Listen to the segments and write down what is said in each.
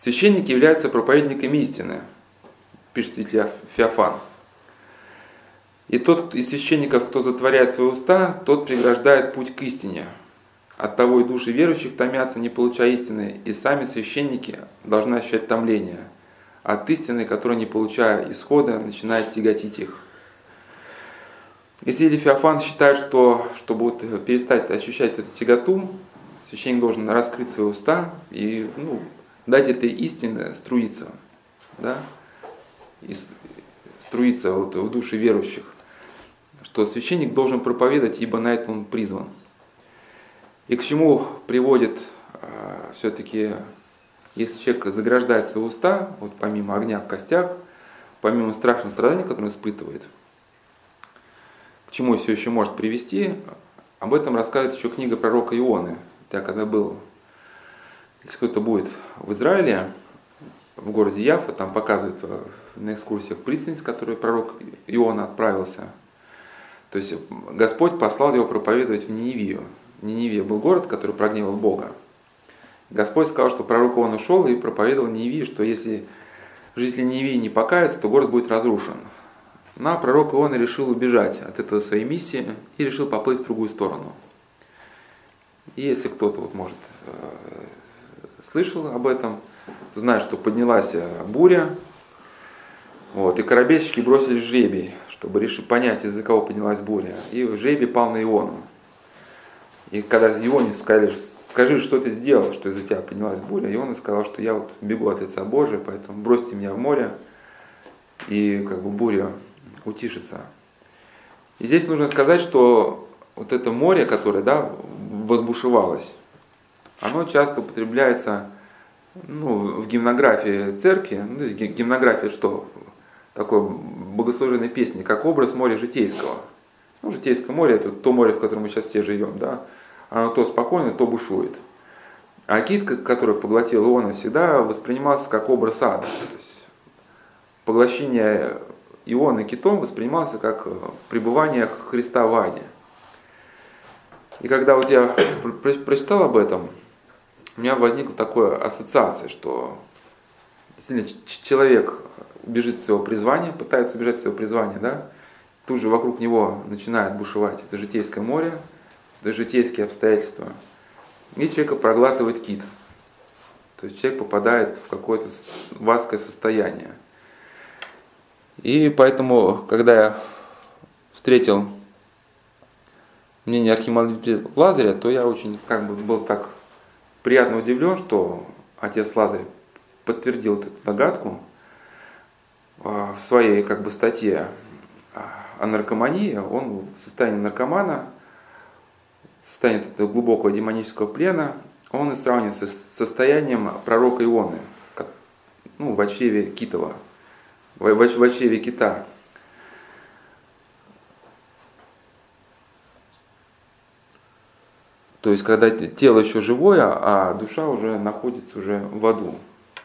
Священники являются проповедниками истины, пишет святитель Феофан. И тот из священников, кто затворяет свои уста, тот преграждает путь к истине. Оттого и души верующих томятся, не получая истины, и сами священники должны ощущать томление от истины, которая, не получая исхода, начинает тяготить их. И святитель Феофан считает, что чтобы перестать ощущать эту тяготу, священник должен раскрыть свои уста и дать этой истине струиться, да? И струиться в душе верующих, что священник должен проповедовать, ибо на это он призван. И к чему приводит все-таки, если человек заграждает свои уста, вот помимо огня в костях, помимо страшных страданий, которые он испытывает, к чему все еще может привести, об этом рассказывает еще книга пророка Ионы. Я когда был, если кто-то будет в Израиле, в городе Яффа, там показывают на экскурсиях пристань, с которой пророк Иона отправился. То есть Господь послал его проповедовать в Ниневию. Ниневия был город, который прогневал Бога. Господь сказал, что пророк Иона ушел и проповедовал Ниневии, что если жители Ниневии не покаются, то город будет разрушен. Но пророк Иона решил убежать от этой своей миссии и решил поплыть в другую сторону. И если кто-то может слышал об этом, то знает, что поднялась буря, и корабельщики бросили жребий, чтобы решить понять, из-за кого поднялась буря. И жребий пал на Иону. И когда Ионе сказали, скажи, что ты сделал, что из-за тебя поднялась буря, Иона сказал, что я бегу от лица Божия, поэтому бросьте меня в море, и буря утишится. И здесь нужно сказать, что вот это море, которое возбушевалось, оно часто употребляется в гимнографии церкви. То есть гимнография что? Такой богослужебной песни, как образ моря житейского. Житейское море — это то море, в котором мы сейчас все живем. Да? Оно то спокойно, то бушует. А кит, который поглотил Иона, всегда воспринимался как образ ада. То есть поглощение Иона китом воспринимался как пребывание Христа в аде. И когда я прочитал об этом, у меня возникла такая ассоциация, что действительно человек убежит от своего призвания, пытается убежать от своего призвания, да? Тут же вокруг него начинает бушевать это житейское море, это житейские обстоятельства, и человека проглатывает кит. То есть человек попадает в какое-то адское состояние. И поэтому, когда я встретил мнение архимандрита Лазаря, то я очень был так приятно удивлен, что отец Лазарь подтвердил эту догадку в своей статье о наркомании. Он в состоянии наркомана, в состоянии этого глубокого демонического плена, он и сравнивается с состоянием пророка Ионы, в чреве китова, в чреве кита. То есть, когда тело еще живое, а душа уже находится уже в аду.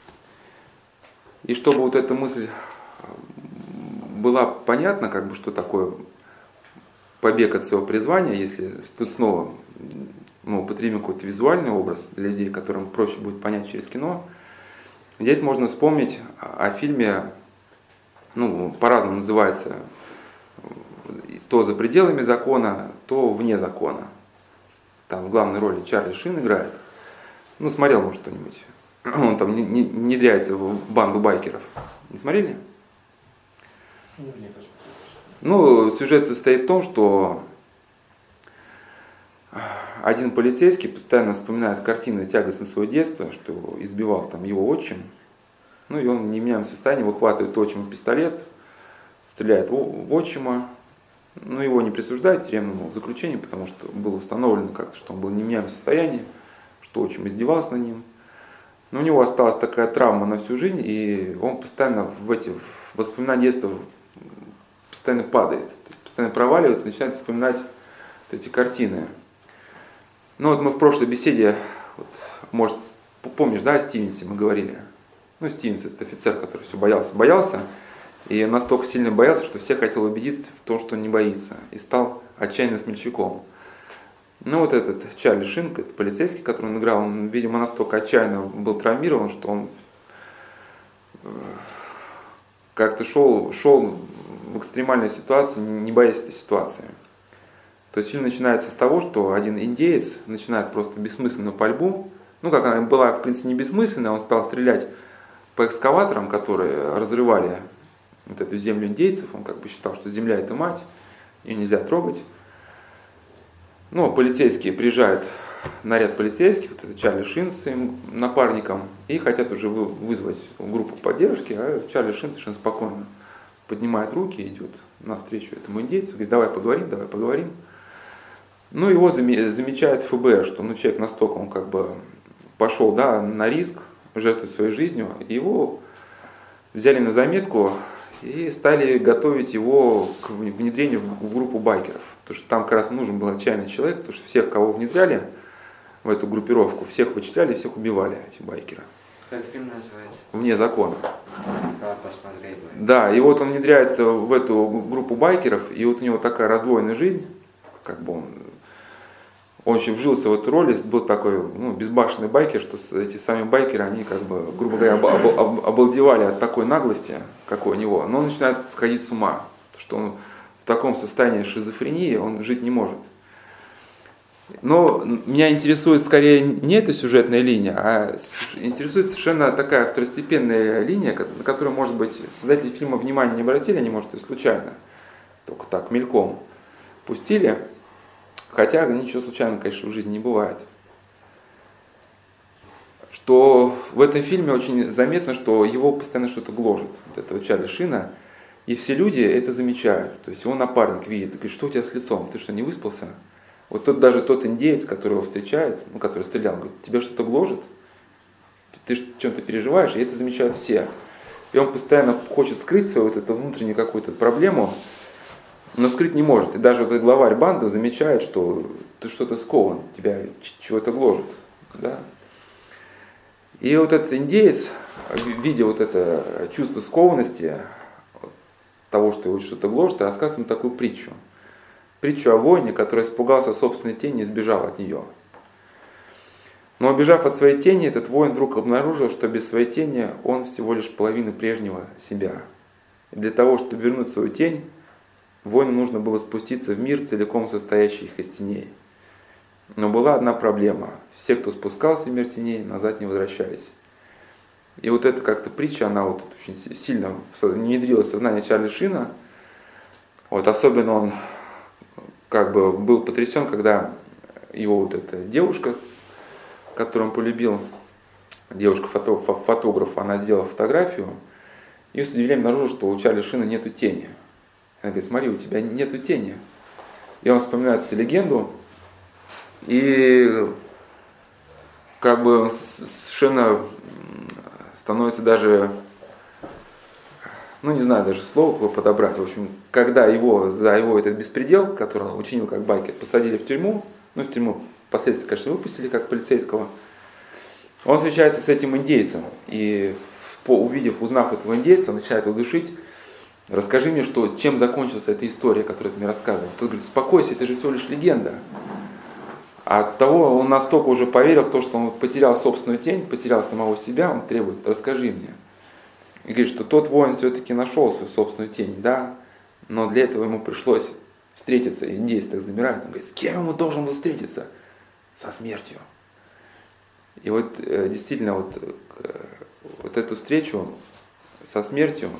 И чтобы эта мысль была понятна, что такое побег от своего призвания, если тут снова употребим какой-то визуальный образ для людей, которым проще будет понять через кино, здесь можно вспомнить о фильме, по-разному называется, то «За пределами закона», то «Вне закона». Там в главной роли Чарли Шин играет. Смотрел, может, кто-нибудь. Он там внедряется в банду байкеров. Не смотрели? Сюжет состоит в том, что один полицейский постоянно вспоминает картины тягостно своего детства, что избивал его отчим. И он в невменяемом состоянии выхватывает у отчима пистолет, стреляет в отчима. Его не присуждают к тюремному заключению, потому что было установлено что он был в невменяемом состоянии, что отчим издевался над ним. Но у него осталась такая травма на всю жизнь, и он постоянно в эти воспоминания детства постоянно падает, то есть постоянно проваливается, начинает вспоминать эти картины. Мы в прошлой беседе, может, помнишь, о Стивенсе мы говорили? Стивенс — это офицер, который все боялся, и настолько сильно боялся, что все хотел убедиться в том, что он не боится, и стал отчаянным смельчаком. Этот Чарли Шин, этот полицейский, который он играл, он, видимо, настолько отчаянно был травмирован, что он как-то шел в экстремальную ситуацию, не боясь этой ситуации. То есть фильм начинается с того, что один индеец начинает просто бессмысленную пальбу. Ну, как она была, в принципе, не бессмысленная, он стал стрелять по экскаваторам, которые разрывали вот эту землю индейцев. Он как бы считал, что земля — это мать, ее нельзя трогать. Но полицейские приезжают, наряд полицейских, вот это Чарли Шин с своим напарником, и хотят уже вызвать группу поддержки, а Чарли Шин совершенно спокойно поднимает руки, идет навстречу этому индейцу, говорит: давай поговорим. Ну, его замечает ФБР, что человек настолько, он как бы пошел, на риск, жертвует своей жизнью, и его взяли на заметку и стали готовить его к внедрению в группу байкеров. Потому что там как раз нужен был отчаянный человек, потому что всех, кого внедряли в эту группировку, всех вычисляли, всех убивали, эти байкеры. Как фильм называется? Вне закона. Надо посмотреть. Да, и вот он внедряется в эту группу байкеров, и вот у него такая раздвоенная жизнь, как бы он еще вжился в эту роль, был такой безбашенный байкер, что эти сами байкеры, они как бы, грубо говоря, обалдевали от такой наглости, какой у него, но он начинает сходить с ума, что он в таком состоянии шизофрении, он жить не может. Но меня интересует скорее не эта сюжетная линия, а интересует совершенно такая второстепенная линия, на которую, может быть, создатели фильма внимания не обратили, они, может, и случайно, только так, мельком пустили. Хотя ничего случайного, конечно, в жизни не бывает. Что в этом фильме очень заметно, что его постоянно что-то гложет, вот этого Чарли Шина, и все люди это замечают. То есть его напарник видит, говорит: что у тебя с лицом, ты что, не выспался? Вот даже тот индеец, который его встречает, который стрелял, говорит: тебя что-то гложет, ты чем-то переживаешь, и это замечают все. И он постоянно хочет скрыть свою вот эту внутреннюю какую-то проблему, но скрыть не может. И даже вот этот главарь банды замечает, что ты что-то скован, тебя чего-то гложет. Да? И вот этот индеец, видя вот это чувство скованности, того, что его что-то гложет, рассказывает ему такую притчу. Притчу о воине, который испугался собственной тени и сбежал от нее. Но убежав от своей тени, этот воин вдруг обнаружил, что без своей тени он всего лишь половина прежнего себя. И для того, чтобы вернуть свою тень, воину нужно было спуститься в мир, целиком состоящий из теней. Но была одна проблема. Все, кто спускался в мир теней, назад не возвращались. И вот эта как-то притча, она вот очень сильно внедрилась в сознание Чарли Шина. Вот особенно он как бы был потрясен, когда его вот эта девушка, которую он полюбил, девушка-фотограф, она сделала фотографию, и с удивлением обнаружила, что у Чарли Шина нету тени. Она говорит: смотри, у тебя нету тени. И он вспоминает эту легенду, и как бы он совершенно становится даже, не знаю даже слово какое подобрать. В общем, когда за его этот беспредел, который он учинил как байкер, посадили в тюрьму, в тюрьму впоследствии, конечно, выпустили как полицейского, он встречается с этим индейцем, и узнав этого индейца, он начинает его душить: расскажи мне, чем закончилась эта история, которую ты мне рассказывал. Тот говорит: успокойся, это же всего лишь легенда. А от того он настолько уже поверил в то, что он потерял собственную тень, потерял самого себя, он требует: расскажи мне. И говорит, что тот воин все-таки нашел свою собственную тень, да, но для этого ему пришлось встретиться. И индеец так замирает, он говорит: с кем ему должен был встретиться? Со смертью. И вот действительно вот эту встречу со смертью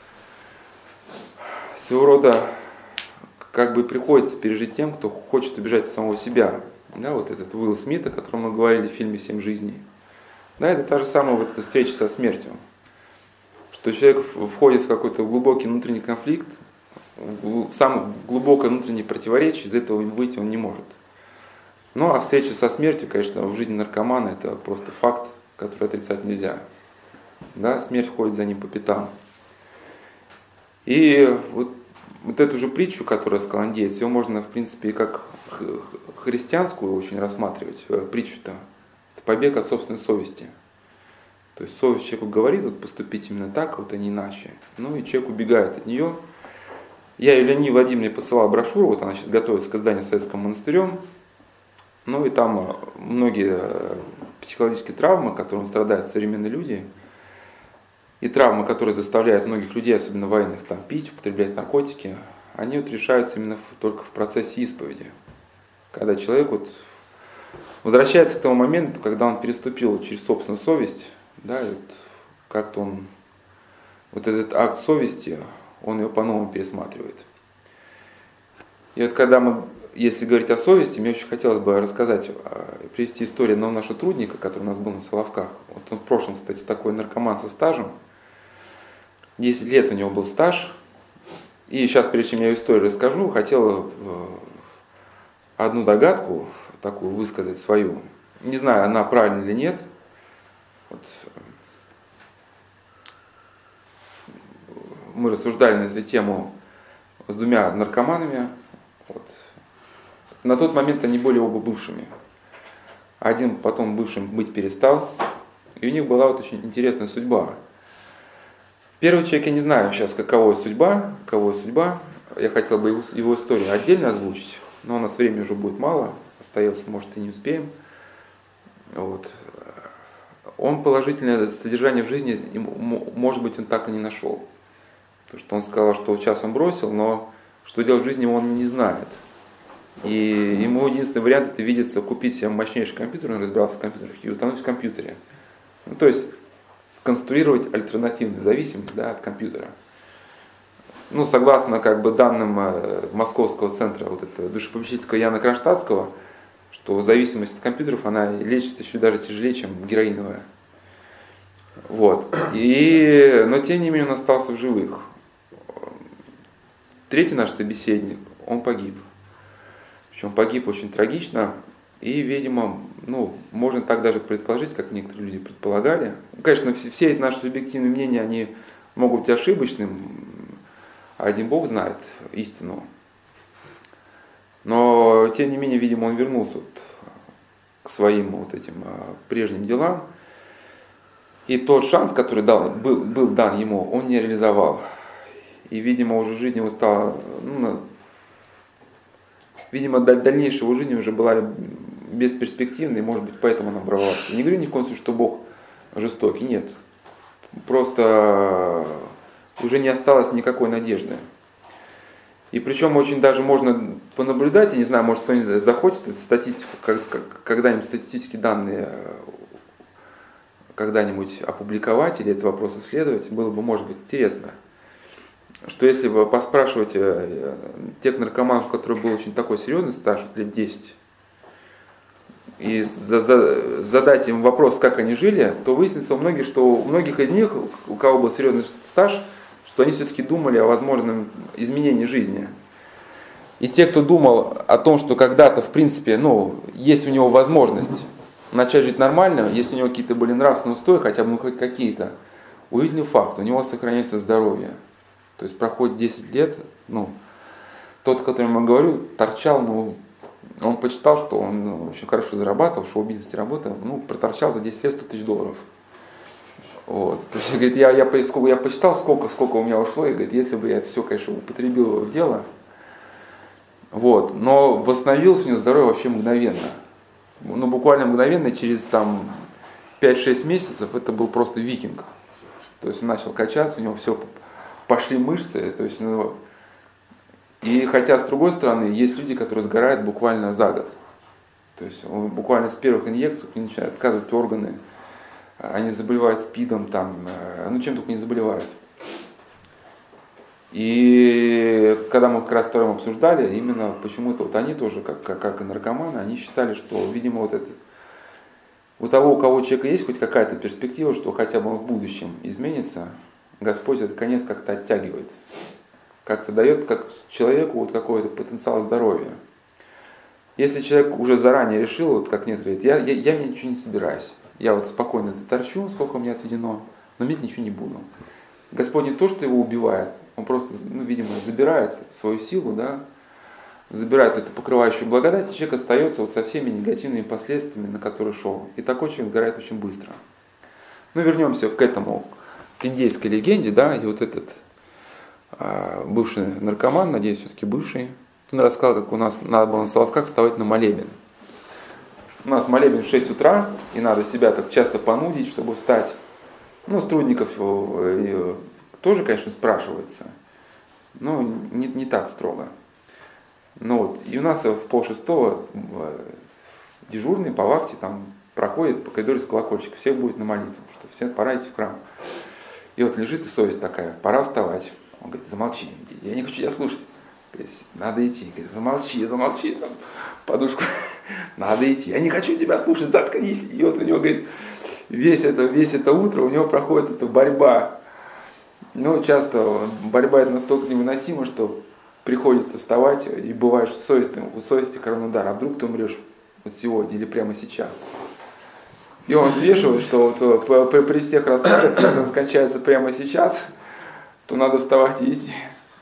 своего рода как бы приходится пережить тем, кто хочет убежать от самого себя. Да, вот этот Уилл Смит, о котором мы говорили в фильме «7 жизней». Да, это та же самая вот эта встреча со смертью. Что человек входит в какой-то глубокий внутренний конфликт, в глубокое внутреннее противоречие, из этого выйти он не может. Ну а встреча со смертью, конечно, в жизни наркомана это просто факт, который отрицать нельзя. Да, смерть ходит за ним по пятам. И вот эту же притчу, которую сказал индеец, ее можно, в принципе, и как христианскую очень рассматривать, притчу-то. Это побег от собственной совести. То есть совесть человеку говорит: вот поступить именно так, а не иначе. Ну и человек убегает от нее. Я Елене Владимировне посылал брошюру, вот она сейчас готовится к изданию Советским монастырем. Ну и там многие психологические травмы, которыми страдают современные люди. и травмы, которые заставляют многих людей, особенно военных, там, пить, употреблять наркотики, они вот решаются именно только в процессе исповеди. Когда человек вот возвращается к тому моменту, когда он переступил через собственную совесть, да, и вот как-то он, вот этот акт совести, он его по-новому пересматривает. И вот когда мы, если говорить о совести, мне очень хотелось бы рассказать, привести историю одного нашего трудника, который у нас был на Соловках. Вот он в прошлом, кстати, такой наркоман со стажем. 10 лет у него был стаж. И сейчас, прежде чем я историю расскажу, хотел одну догадку такую высказать свою. Не знаю, она правильная или нет. Вот. Мы рассуждали на эту тему с двумя наркоманами. Вот. На тот момент они были оба бывшими. Один потом бывшим быть перестал. И у них была вот очень интересная судьба. Первый человек, я не знаю сейчас, какова судьба. Я хотел бы его историю отдельно озвучить, но у нас времени уже будет мало. Остается, может, и не успеем. Вот. Он положительное содержание в жизни, может быть, он так и не нашел. Потому что он сказал, что сейчас он бросил, но что делать в жизни он не знает. И ему единственный вариант это видится купить себе мощнейший компьютер, он разбирался в компьютерах, и утонуть в компьютере. Ну, то есть сконструировать альтернативную зависимость, да, от компьютера. Ну, согласно как бы данным Московского центра вот этого душепопечительского Яна Кронштадтского, что зависимость от компьютеров, она лечится еще даже тяжелее, чем героиновая. Вот. Но тем не менее он остался в живых. Третий наш собеседник, он погиб. Причем погиб очень трагично. И, видимо, ну, можно так даже предположить, как некоторые люди предполагали. Конечно, все эти наши субъективные мнения, они могут быть ошибочными. Один Бог знает истину. Но, тем не менее, видимо, он вернулся вот к своим вот этим прежним делам. И тот шанс, который был дан ему, он не реализовал. И, видимо, уже жизнь его стала... видимо, дальнейшая его жизнь уже была бесперспективной, и, может быть, поэтому он оборвался. Не говорю ни в коем случае, что Бог жестокий, нет. Просто уже не осталось никакой надежды. И причем очень даже можно понаблюдать, я не знаю, может кто-нибудь захочет эту статистику, когда-нибудь статистические данные когда-нибудь опубликовать или этот вопрос исследовать, было бы, может быть, интересно. Что если бы поспрашивать тех наркоманов, у которых был очень такой серьезный стаж, лет 10, и задать им вопрос, как они жили, то выяснится что у многих из них, у кого был серьезный стаж, что они все-таки думали о возможном изменении жизни. И те, кто думал о том, что когда-то, в принципе, есть у него возможность начать жить нормально, если у него какие-то были нравственные устои, хотя бы хоть какие-то, удивительный факт, у него сохраняется здоровье. То есть проходит 10 лет, тот, о котором я говорю, торчал, он почитал, что он очень хорошо зарабатывал, в шоу-бизнесе работал, проторчал за 10 лет $100 000. Вот. То есть, говорит, я посчитал, сколько у меня ушло, и говорит, если бы я это все, конечно, употребил в дело, вот, но восстановилось у него здоровье вообще мгновенно. Буквально мгновенно, через 5-6 месяцев, это был просто викинг. То есть он начал качаться, у него все пошли мышцы, то есть, и хотя, с другой стороны, есть люди, которые сгорают буквально за год. То есть он буквально с первых инъекций начинает отказывать органы, они заболевают СПИДом, чем только не заболевают. И когда мы как раз вторым обсуждали, именно почему-то они тоже, как и наркоманы, они считали, что, видимо, у того, у кого у человека есть хоть какая-то перспектива, что хотя бы он в будущем изменится, Господь этот конец как-то оттягивает, как-то дает как человеку какой-то потенциал здоровья. Если человек уже заранее решил, как некоторые говорят, я мне ничего не собираюсь, я спокойно торчу, сколько мне отведено, но менять ничего не буду. Господь не то, что его убивает, он просто, видимо, забирает свою силу, забирает эту покрывающую благодать, и человек остается со всеми негативными последствиями, на которые шел. И такой человек сгорает очень быстро. Вернемся к этому, к индейской легенде, и вот этот бывший наркоман, надеюсь, все-таки бывший, он рассказал, как у нас надо было на Соловках вставать на молебен. У нас молебен в 6 утра, и надо себя так часто понудить, чтобы встать. Ну, сотрудников тоже, конечно, спрашивается, но не так строго. Ну вот, и у нас в 5:30 дежурный по вахте там проходит по коридору с колокольчиком, всех будет на молитву, что все пора идти в храм. И вот лежит и совесть такая, пора вставать. Он говорит, замолчи, я не хочу тебя слушать. Говорит, надо идти. Говорит, замолчи, там, подушку. Надо идти. Я не хочу тебя слушать, заткнись. И вот у него, говорит, весь это утро у него проходит эта борьба. Ну, часто борьба это настолько невыносима, что приходится вставать, и бывает, что у совести коронный удар. А вдруг ты умрешь вот сегодня или прямо сейчас? И он взвешивает, что вот при всех раскладах, если он скончается прямо сейчас, то надо вставать и идти.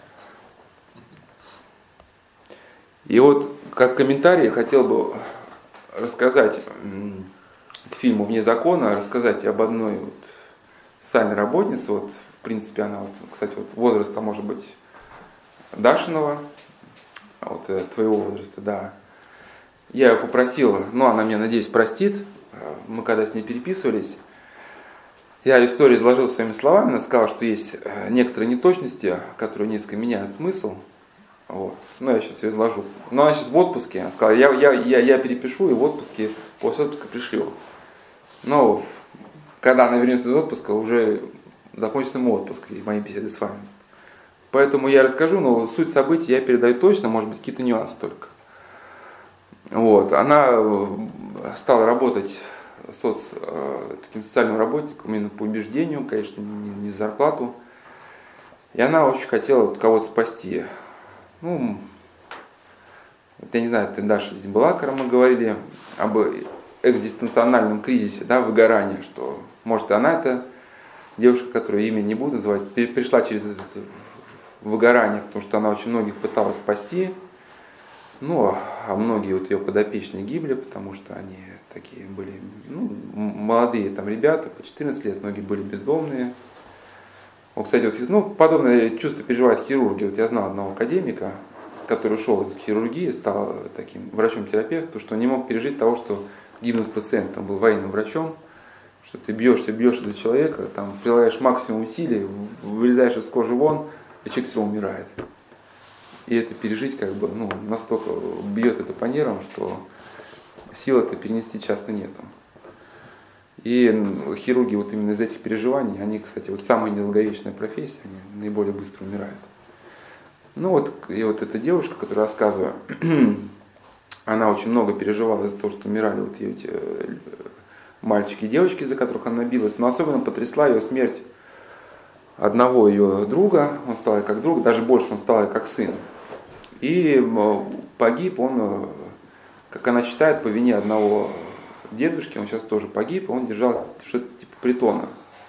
И вот как комментарий я хотел бы рассказать к фильму «Вне закона», рассказать об одной вот социальной работнице. Вот, в принципе, она, вот, кстати, вот возраста может быть Дашиного, вот твоего возраста, да. Я ее попросил, ну она меня, надеюсь, простит. Мы когда с ней переписывались, я историю изложил своими словами, она сказала, что есть некоторые неточности, которые несколько меняют смысл. Вот. Ну, я сейчас ее изложу. Но она сейчас в отпуске. Она сказала, я перепишу и в отпуске, после отпуска пришлю. Но когда она вернется из отпуска, уже закончится мой отпуск и мои беседы с вами. Поэтому я расскажу, но суть событий я передаю точно, может быть, какие-то нюансы только. Вот. Она стала работать таким социальным работником именно по убеждению, конечно, не за зарплату. И она очень хотела вот кого-то спасти. Ну, я не знаю, ты, Даша, здесь была, когда мы говорили об экзистенциональном кризисе, да, выгорании, что, может, она, эта девушка, которую имя не буду называть, пришла через это выгорание, потому что она очень многих пыталась спасти, ну, а многие вот ее подопечные гибли, потому что они такие были, ну, молодые там ребята, по 14 лет, многие были бездомные. Вот, кстати, вот, ну, подобное чувство переживают хирурги. Вот я знал одного академика, который ушел из хирургии, стал таким врачом-терапевтом, потому что он не мог пережить того, что гибнут пациенты. Он был военным врачом, что ты бьешься за человека, там, прилагаешь максимум усилий, вылезаешь из кожи вон, и человек все умирает. И это пережить как бы, ну, настолько бьет это по нервам, что сил-то перенести часто нету. И хирурги вот именно из этих переживаний, они, кстати, вот самая недолговечная профессия, они наиболее быстро умирают. Ну вот, и вот эта девушка, которую рассказываю, она очень много переживала за то, что умирали вот эти мальчики и девочки, за которых она билась, но особенно потрясла ее смерть одного ее друга, он стал ей как друг, даже больше он стал ей как сын. И погиб он, как она считает, по вине одного дедушки, он сейчас тоже погиб, он держал что-то типа притона.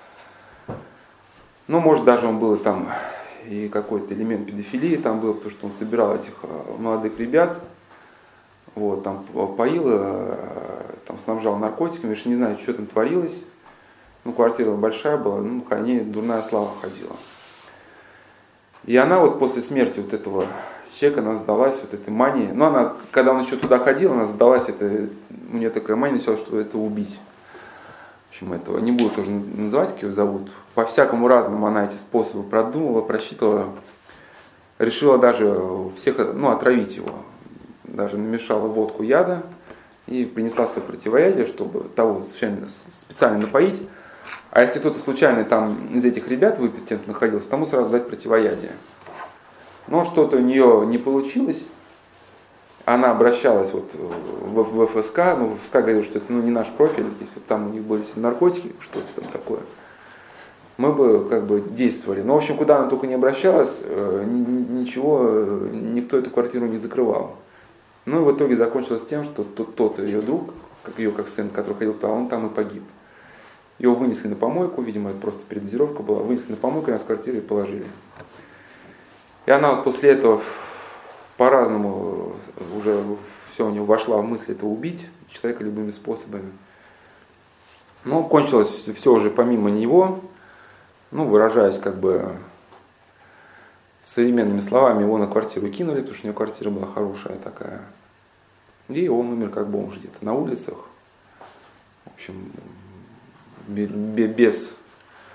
Ну, может, даже он был там и какой-то элемент педофилии там был, потому что он собирал этих молодых ребят, вот, там поил, там снабжал наркотиками, я не знаю, что там творилось. Ну, квартира большая была, ну, о ней дурная слава ходила. И она вот после смерти вот этого человека, она сдалась вот этой мании. Ну, она, когда он еще туда ходил, она сдалась, у нее такая мания началась, что это убить. В общем, этого не буду тоже называть, как ее зовут. По-всякому разному она эти способы продумывала, просчитывала. Решила даже всех, ну, отравить его. Даже намешала водку яда и принесла свое противоядие, чтобы того специально напоить. А если кто-то случайно там из этих ребят выпитент находился, тому сразу дать противоядие. Но что-то у нее не получилось. Она обращалась вот в ФСК, но ФСК говорил, что это, ну, не наш профиль, если бы там у них были наркотики, что-то там такое, мы бы как бы действовали. Но, в общем, куда она только не обращалась, ничего, никто эту квартиру не закрывал. Ну и в итоге закончилось тем, что тот ее друг, ее как сын, который ходил туда, он там и погиб. Его вынесли на помойку, видимо, это просто передозировка была, вынесли на помойку, нас в квартире и положили. И она вот после этого по-разному уже все у нее вошла в мысль это убить человека любыми способами. Но кончилось все уже помимо него, ну, выражаясь как бы современными словами, его на квартиру кинули, потому что у него квартира была хорошая такая. И он умер как бомж где-то на улицах. В общем, без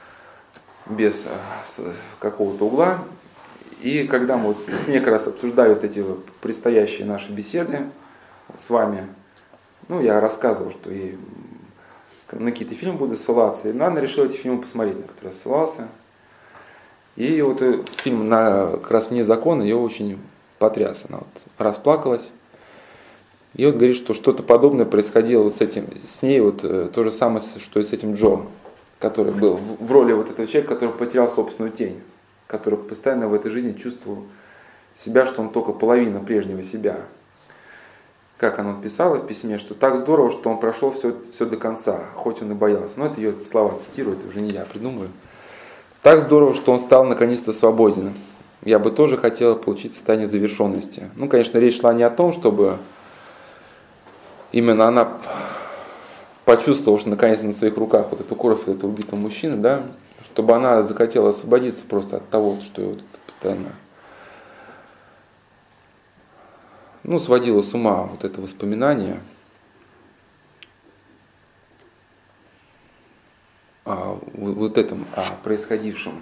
без какого-то угла. И когда мы вот с ней как раз обсуждали вот эти вот предстоящие наши беседы вот с вами, ну, я рассказывал, что и на какие-то фильмы буду ссылаться, и она решила эти фильмы посмотреть, на которые я ссылался. И вот фильм как раз «Вне закона» ее очень потряс. Она вот расплакалась. И вот говорит, что что-то подобное происходило вот с ней вот то же самое, что и с этим Джо, который был в роли вот этого человека, который потерял собственную тень, который постоянно в этой жизни чувствовал себя, что он только половина прежнего себя. Как она писала в письме, что так здорово, что он прошел все до конца, хоть он и боялся. Но это ее слова цитирую, это уже не я придумываю. Так здорово, что он стал наконец-то свободен. Я бы тоже хотела получить состояние завершенности. Ну, конечно, речь шла не о том, чтобы именно она почувствовала, что наконец на своих руках вот эту кровь этого убитого мужчины, да, чтобы она захотела освободиться просто от того, что ее вот постоянно сводило с ума вот это воспоминание о вот этом, о происходившем.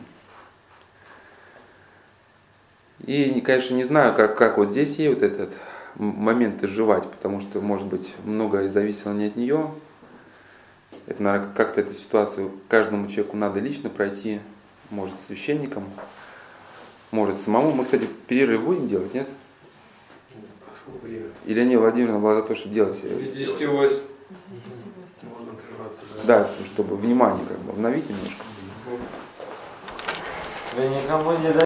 И, конечно, не знаю, как вот здесь ей вот этот момент изживать, потому что, может быть, многое зависело не от нее. Это, наверное, как-то эту ситуацию каждому человеку надо лично пройти, может, с священником, может, самому. Мы, кстати, перерыв будем делать, нет? Или не, Владимировна была за то, чтобы делать. 10:08. Можно прерваться. Да, чтобы внимание как бы обновить немножко. Вы никому не